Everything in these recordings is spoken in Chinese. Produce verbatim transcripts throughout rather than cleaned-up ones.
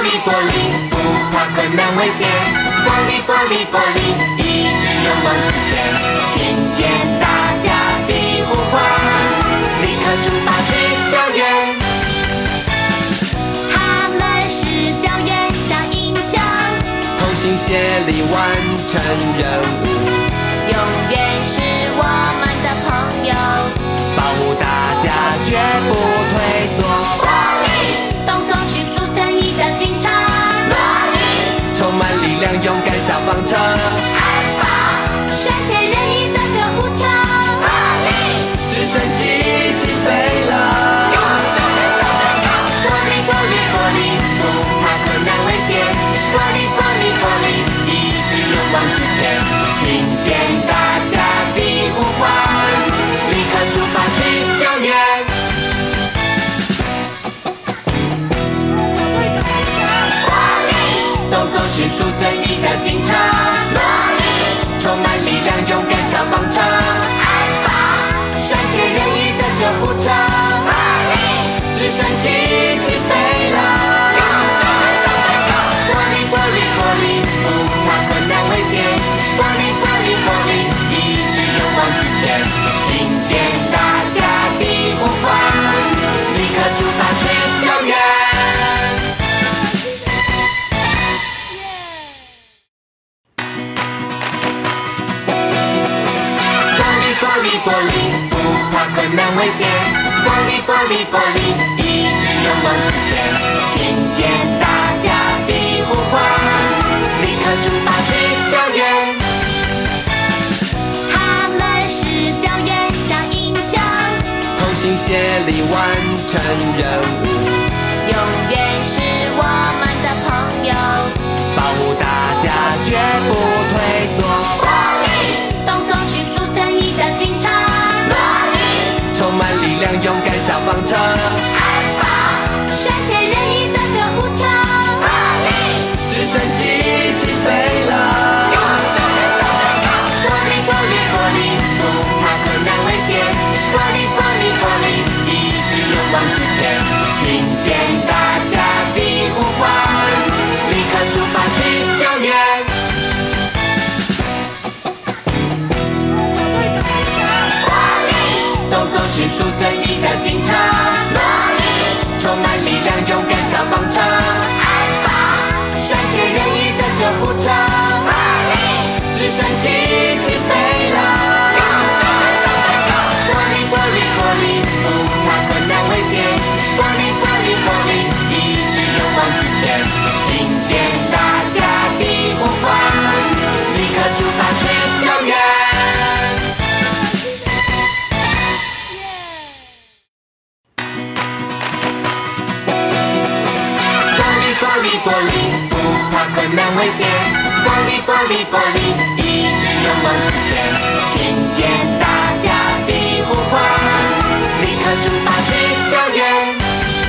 璃玻璃，不怕困难危险。玻璃玻璃玻璃，一直勇往直前。听见大家的呼唤，立刻出发去救援。 他们是教员小英雄， 同心协力完成任务， 永远是我们的朋友， 保护大家绝不退缩。 玻璃， 动作迅速正义的警察， 玻璃， 充满力量勇敢消防车， 安保， 善解人意的救护车， 玻璃， 直升机起飞了。 勇敢的小朋友。玻璃玻璃玻璃，不怕困难危险。玻璃玻璃玻璃，一直勇往直前。听见大家的呼唤，立刻出发去救援。玻璃，动作迅速正义的警察。玻璃，充满力量勇敢消防车。安保，善解人意的救护车。玻璃，直升机起飞了。玻璃玻璃玻璃，不怕困难危险。玻璃玻璃玻璃，一直勇往直前。听见大家的呼唤，立刻出发去救援。玻璃玻璃，不怕困难危险。玻璃玻璃玻璃，一直勇往直前。听见大家的呼唤，立刻出发去救援。 他们是教员小英雄， 同心协力完成任务， 永远是我们的朋友， 保护大家绝不退缩。 玻璃， 动作迅速正义的警察， 玻璃， 充满力量勇敢消防车， 安保， 善解人意的救护车， 玻璃， 直升机起飞了。 勇敢的小朋友。玻璃玻璃玻璃，不怕困难危险。玻璃玻璃玻璃，一直勇往直前。听见大家的呼唤，立刻出发去救援。玻璃，动作迅速正义的警察。玻璃，充满力量勇敢消防车。安保，善解人意的救护车。玻璃，直升机起飞了。玻璃玻璃玻璃，不怕困难危险。玻璃玻璃玻璃，一直勇往直前。听见大家的呼唤，立刻出发去救援。玻璃玻璃玻璃，不怕困难危险。玻璃玻璃玻璃，一直勇往直前。听见大家的呼唤，立刻出发去救援。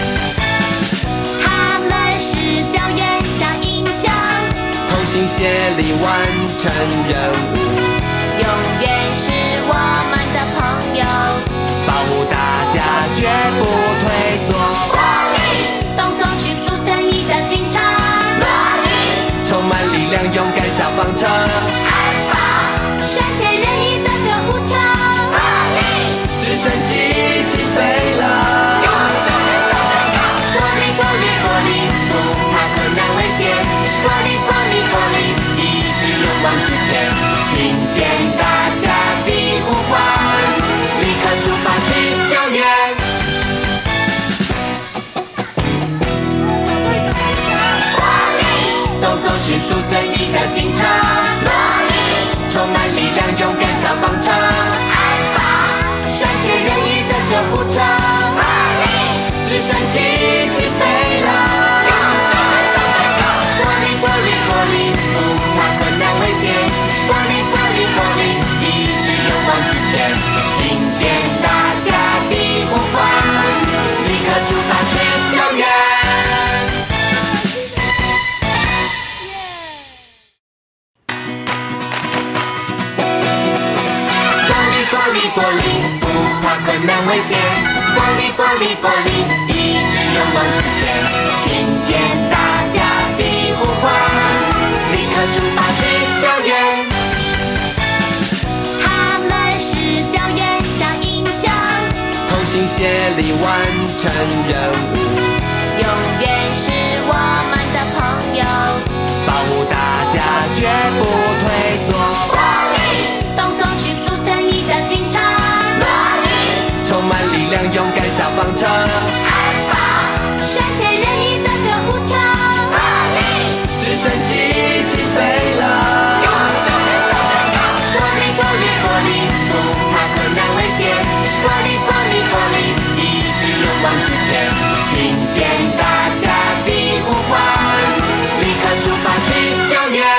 他们是教员小英雄， 同心协力完成任务， 永远是我们的朋友， 保护大家绝不退缩。 玻璃， 动作迅速正义的警察， 玻璃， 充满力量勇敢消防车， 安保， 善解人意的救护车， 玻璃， 直升机起飞了。 勇敢的小朋友。玻璃玻璃玻璃，不怕困难危险。玻璃玻璃玻璃，一直勇往直前。听见大家的呼唤，立刻出发去救援。玻璃，动作迅速正义的警察。玻璃，充满力量勇敢消防车。安保，善解人意的救护车。玻璃，直升机起飞了。玻璃玻璃玻璃，不怕困难危险。玻璃玻璃玻璃，一直勇往直前。听见大家的呼唤，立刻出发去救援。玻璃玻璃玻璃，不怕困难危险。玻璃玻璃玻璃，一直勇往直前。听见大家心协力完成任务， 永远是我们的朋友， 保护大家绝不退缩。 活力，动作迅速正义的警察， 努力，充满力量勇敢消防车， 安保，善解人意的救护车，活力， 直升机起飞了。 活力活力活力，不怕困难危险，活力活力活力，一直勇往直前，听见大家的呼唤，立刻出发去救援。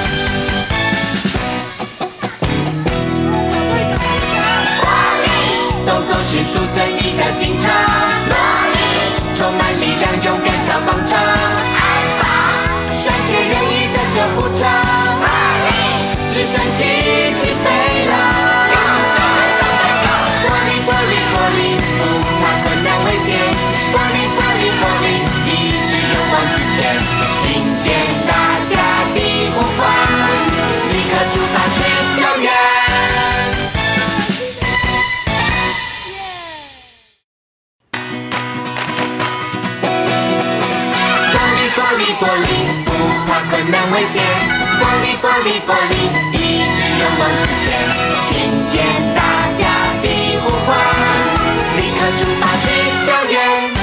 活力，动作迅速正义的警察，努力，充满力量勇敢消防车，安保，善解人意的救护车，活力，直升机起飞了。活力活力活力，不怕困难危险，活力活力活力，一直勇往直前，听见大家的呼唤，立刻出发去救援。玻璃玻璃，不怕困难危险，玻璃玻璃玻璃，一直勇往直前，听见大家的呼唤，立刻出发去救援。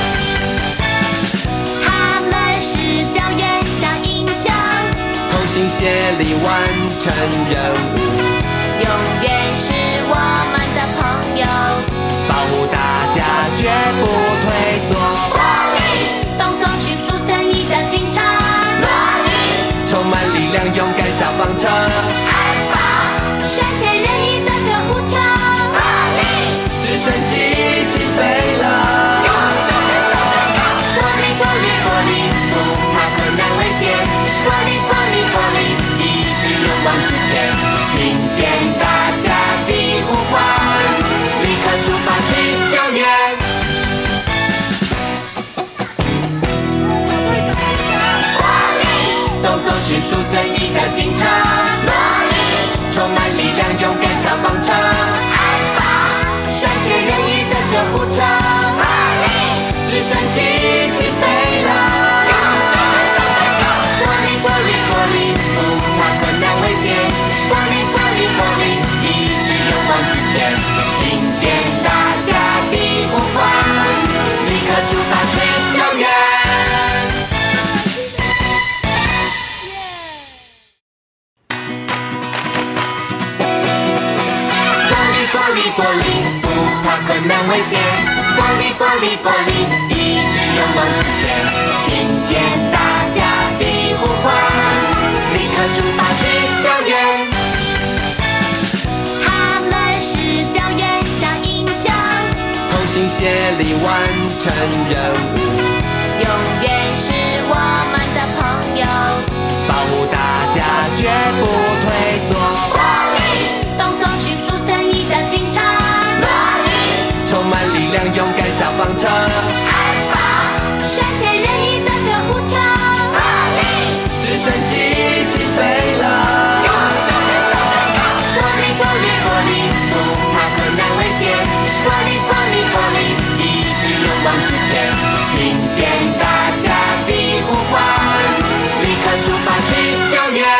他们是救援小英雄， 同心协力完成任务， 永远是我们的朋友， 保护大家绝不退缩。 活力，动作迅速正义的警察，努力， 充满力量勇敢消防车， 安保，善解人意的救护车，活力， 直升机起飞了。 活力活力活力，不怕困难危险，活力活力活力，一直勇往直前，听见大家的呼唤，立刻出发去救援。活力，动作迅速正义的警察，努力，充满力量勇敢消防车，安保，善解人意的救护车，活力，直升机起飞了。活力活力活力，不怕困难危险，活力活力活力，一直勇往直前，听见大家的呼唤，立刻出发去救援。玻璃玻璃，不怕困难危险，玻璃玻璃玻璃，一直勇往直前，听见大家的呼唤，立刻出发去救援。他们是救援小英雄， 同心协力完成任务， 永远是我们的朋友， 保护大家绝不退缩。 活力，动作迅速正义的警察，努力， 充满力量勇敢消防车， 安保，善解人意的救护车，活力， 直升机起飞了。 活力活力活力，不怕困难危险，活力活力活力，一直勇往直前，听见大家的呼唤，立刻出发去救援。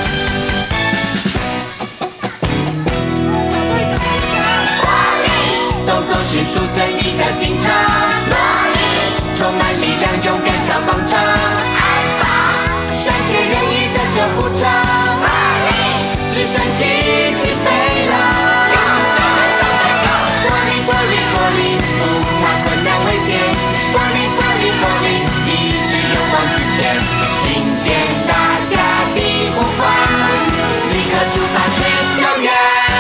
活力，动作迅速正义的警察，努力，充满力量勇敢消防车，安保，善解人意的救护车，活力，直升机起飞了。活力活力活力，不怕困难危险，活力活力活力，一直勇往直前，听见大家的呼唤，立刻出发去救援。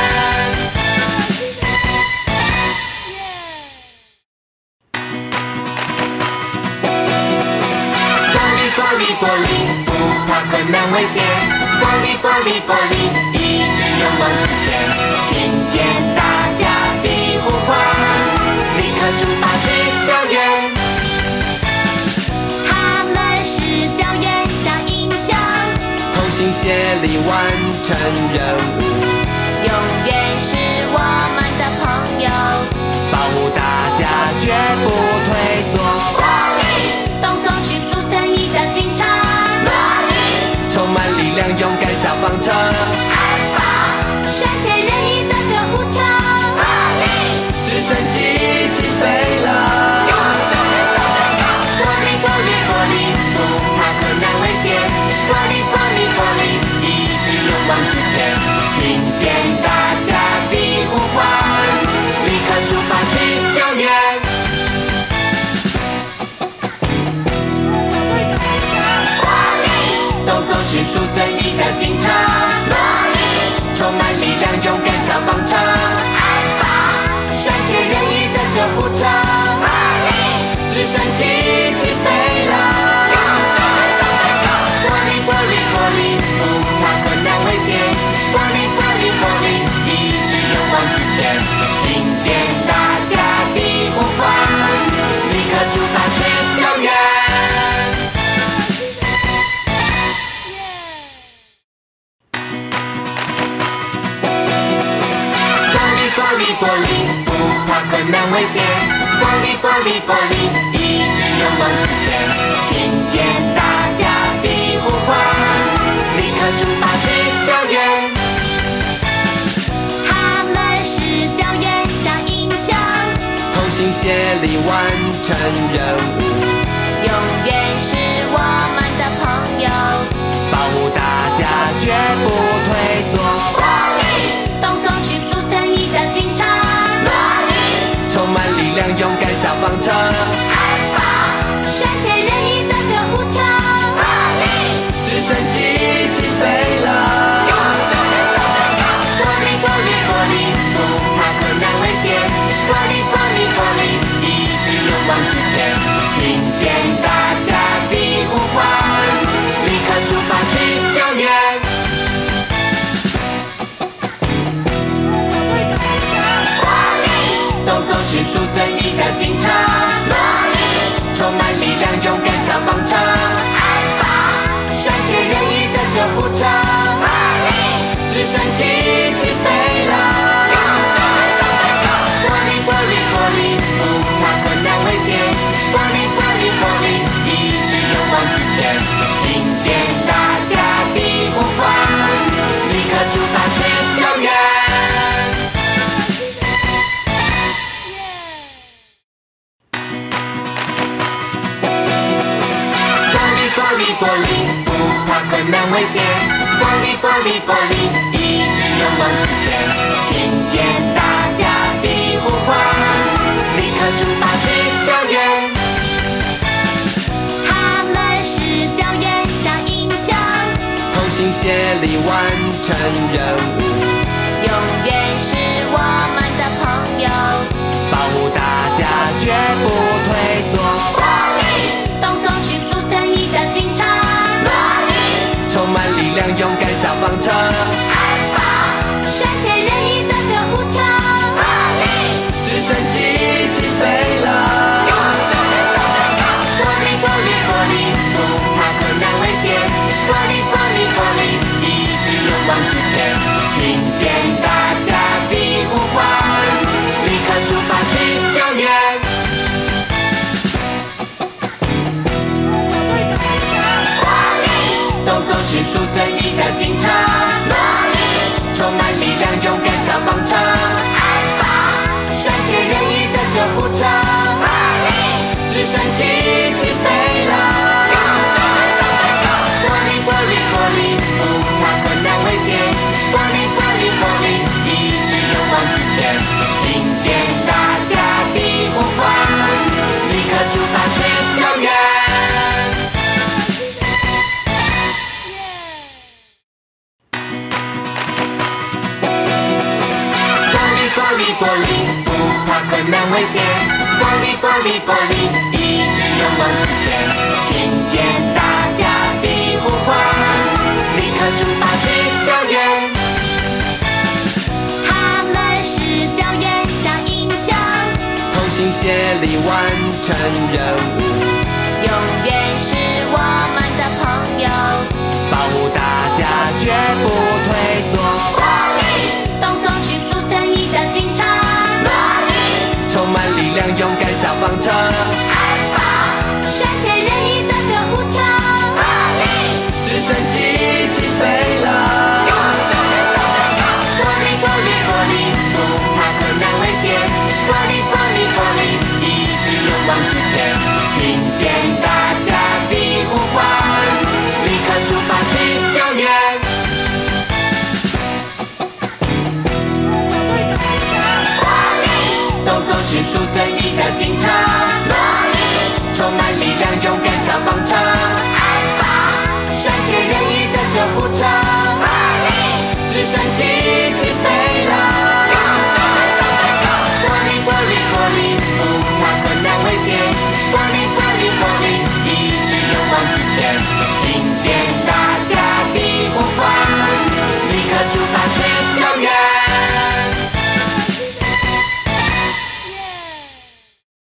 玻璃玻璃，不怕困难危险，玻璃玻璃玻璃，一直勇往直前，听见大家的呼唤，立刻出发去救援。他们是救援小英雄， 同心协力完成任务， 永远是我们的朋友， 保护大家警察，萝莉，充满力量，勇敢消防车，安保，善解人意的救护车，茉莉，直升机起飞了，玻璃玻璃玻璃，不怕困难危险，玻璃玻璃玻璃，一直勇往直前，听见大家的呼唤，立刻出发去救援。玻璃玻璃，不怕困难危险，玻璃玻璃玻璃，一直勇往直前，听见大家的呼唤，立刻出发去救援。 他们是救援小英雄， 同心协力完成任务， 永远是我们的朋友， 保护大家绝不退缩。 茉莉， 动作迅速正义的警察， 茉莉， 充满力量，勇敢消防车， 安保， 善解人意的救护车， 茉莉， 直升机起飞了。 玻璃玻璃玻璃，不怕困难危险，玻璃玻璃玻璃，一直勇往直前，听见大家的呼唤，立刻出发去救援。茉莉，动作迅速正义的警察，茉莉，充满力量，勇敢消防车，安保，善解人意的救护车，茉莉，直升机起飞了，玻璃玻璃玻璃，不怕困难危险，玻璃玻璃玻璃，一直勇往直前，听见大家的呼唤，立刻出发去救援。玻璃玻璃，不怕困难危险，玻璃玻璃玻璃，一直勇往直前，听见大家的呼唤，立刻出发去救援。 他们是救援小英雄， 同心协力完成任务， 永远是我们的朋友， 保护大家绝不退缩。 茉莉， 动作迅速正义的警察， 茉莉， 充满力量，勇敢消防车， 安保， 善解人意的救护车， 茉莉， 直升机起飞了。 玻璃玻璃玻璃，不怕困难危险，玻璃玻璃玻璃，一直勇往直前，听见大家的呼唤，立刻出发去救援。茉莉，动作迅速正义的警察，茉莉，充满力量，勇敢消防车，安保，善解人意的救护车，茉莉，直升机起飞了，玻璃玻璃玻璃，不怕困难危险，玻璃玻璃玻璃，一直勇往直前，听见大家的呼唤，立刻出发去救援。玻璃玻璃，不怕困难危险，玻璃玻璃玻璃，一直勇往直前，听见大家的呼唤，立刻出发去救援。 他们是救援小英雄， 同心协力完成任务， 永远是我们的朋友， 保护大家绝不退缩。 茉莉， 动作迅速正义的警察， 茉莉， 充满力量，勇敢消防车，